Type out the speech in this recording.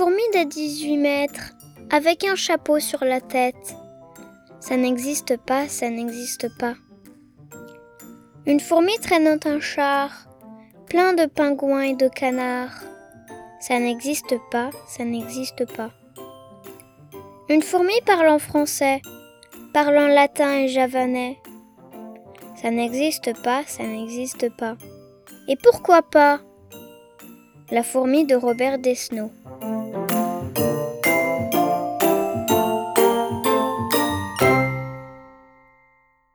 fourmi de 18 mètres, avec un chapeau sur la tête. Ça n'existe pas, ça n'existe pas. Une fourmi traînant un char, plein de pingouins et de canards. Ça n'existe pas, ça n'existe pas. Une fourmi parlant français, parlant latin et javanais. Ça n'existe pas, ça n'existe pas. Et pourquoi pas? La fourmi de Robert Desnos.